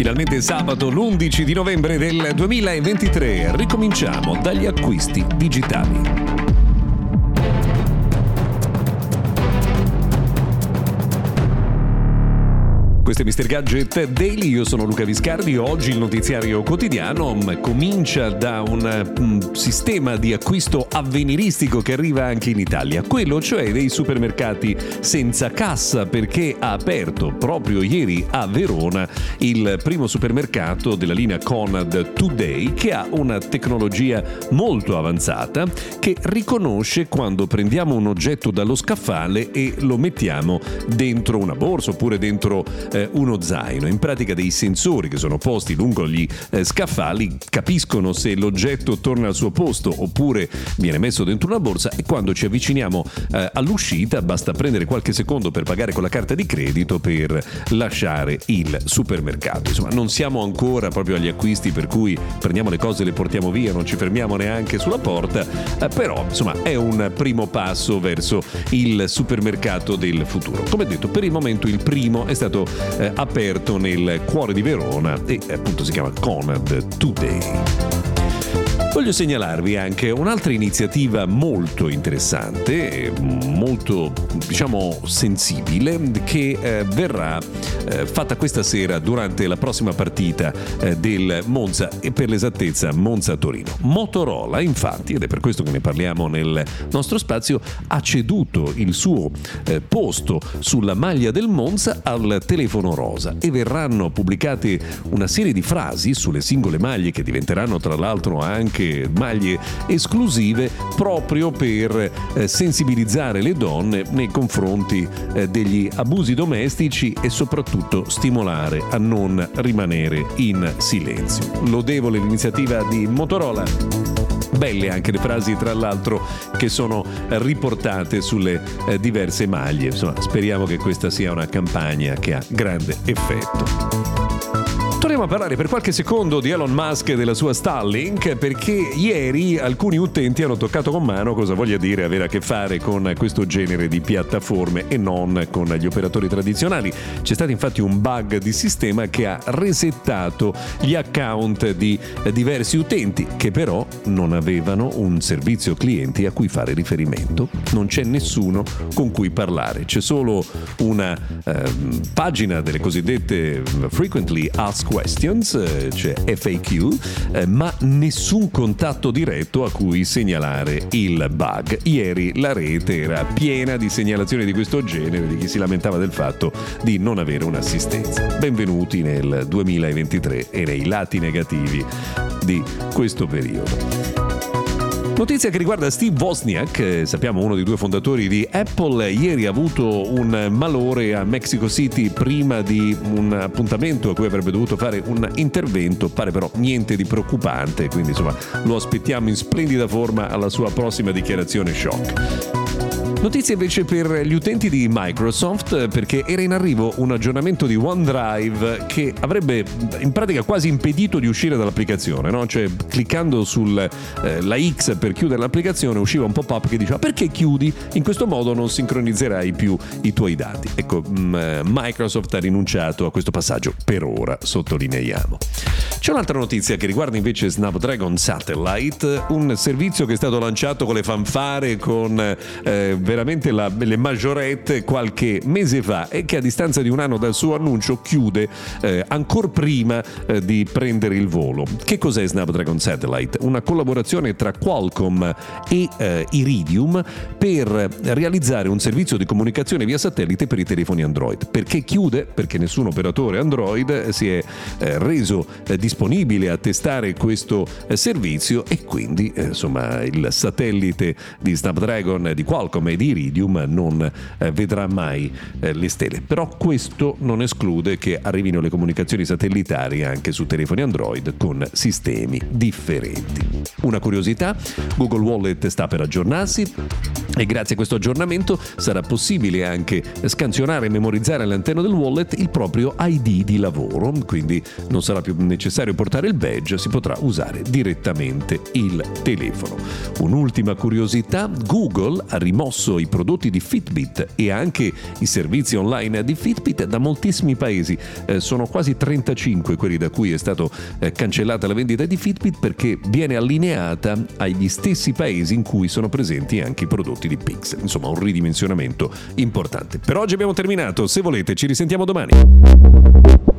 Finalmente sabato l'11 di novembre del 2023, ricominciamo dagli acquisti digitali. Questo è Mr. Gadget Daily, io sono Luca Viscardi. Oggi il notiziario quotidiano comincia da un sistema di acquisto avveniristico che arriva anche in Italia, quello cioè dei supermercati senza cassa, perché ha aperto proprio ieri a Verona il primo supermercato della linea Conad Today, che ha una tecnologia molto avanzata che riconosce quando prendiamo un oggetto dallo scaffale e lo mettiamo dentro una borsa oppure dentro uno zaino. In pratica dei sensori che sono posti lungo gli scaffali capiscono se l'oggetto torna al suo posto oppure viene messo dentro una borsa, e quando ci avviciniamo all'uscita basta prendere qualche secondo per pagare con la carta di credito per lasciare il supermercato. Insomma, non siamo ancora proprio agli acquisti per cui prendiamo le cose e le portiamo via, non ci fermiamo neanche sulla porta, però insomma è un primo passo verso il supermercato del futuro. Come detto, per il momento il primo è stato aperto nel cuore di Verona e appunto si chiama Conad Today. Voglio segnalarvi anche un'altra iniziativa molto interessante, molto sensibile, che verrà fatta questa sera durante la prossima partita del Monza, e per l'esattezza Monza-Torino. Motorola, infatti, ed è per questo che ne parliamo nel nostro spazio, ha ceduto il suo posto sulla maglia del Monza al telefono rosa, e verranno pubblicate una serie di frasi sulle singole maglie che diventeranno tra l'altro anche maglie esclusive, proprio per sensibilizzare le donne nei confronti degli abusi domestici e soprattutto stimolare a non rimanere in silenzio. Lodevole l'iniziativa di Motorola. Belle anche le frasi, tra l'altro, che sono riportate sulle diverse maglie. Insomma, speriamo che questa sia una campagna che ha grande effetto. Torniamo a parlare per qualche secondo di Elon Musk e della sua Starlink, perché ieri alcuni utenti hanno toccato con mano cosa voglia dire avere a che fare con questo genere di piattaforme e non con gli operatori tradizionali. C'è stato infatti un bug di sistema che ha resettato gli account di diversi utenti che però non avevano un servizio clienti a cui fare riferimento. Non c'è nessuno con cui parlare, c'è solo una pagina delle cosiddette Frequently Asked Questions, cioè FAQ, ma nessun contatto diretto a cui segnalare il bug. Ieri la rete era piena di segnalazioni di questo genere, di chi si lamentava del fatto di non avere un'assistenza. Benvenuti nel 2023 e nei lati negativi di questo periodo. Notizia che riguarda Steve Wozniak, sappiamo uno dei due fondatori di Apple. Ieri ha avuto un malore a Mexico City prima di un appuntamento a cui avrebbe dovuto fare un intervento. Pare però niente di preoccupante, quindi insomma lo aspettiamo in splendida forma alla sua prossima dichiarazione shock. Notizia invece per gli utenti di Microsoft, perché era in arrivo un aggiornamento di OneDrive che avrebbe in pratica quasi impedito di uscire dall'applicazione, no? Cioè, cliccando sulla X per chiudere l'applicazione usciva un pop-up che diceva: perché chiudi? In questo modo non sincronizzerai più i tuoi dati. Ecco, Microsoft ha rinunciato a questo passaggio per ora, sottolineiamo. C'è un'altra notizia che riguarda invece Snapdragon Satellite, un servizio che è stato lanciato con le fanfare, con veramente le maggiorette qualche mese fa, e che a distanza di un anno dal suo annuncio chiude ancora prima di prendere il volo. Che cos'è Snapdragon Satellite? Una collaborazione tra Qualcomm e Iridium per realizzare un servizio di comunicazione via satellite per i telefoni Android. Perché chiude? Perché nessun operatore Android si è reso disponibile a testare questo servizio, e quindi insomma il satellite di Snapdragon di Qualcomm e di Iridium non vedrà mai le stelle. Però questo non esclude che arrivino le comunicazioni satellitari anche su telefoni Android con sistemi differenti. Una curiosità: Google Wallet sta per aggiornarsi e grazie a questo aggiornamento sarà possibile anche scansionare e memorizzare all'interno del wallet il proprio ID di lavoro, quindi non sarà più necessario necessario portare il badge, si potrà usare direttamente il telefono. Un'ultima curiosità: Google ha rimosso i prodotti di Fitbit e anche i servizi online di Fitbit da moltissimi paesi. Sono quasi 35 quelli da cui è stato cancellata la vendita di Fitbit, perché viene allineata agli stessi paesi in cui sono presenti anche i prodotti di Pixel. Insomma, un ridimensionamento importante. Per oggi abbiamo terminato. Se volete ci risentiamo domani.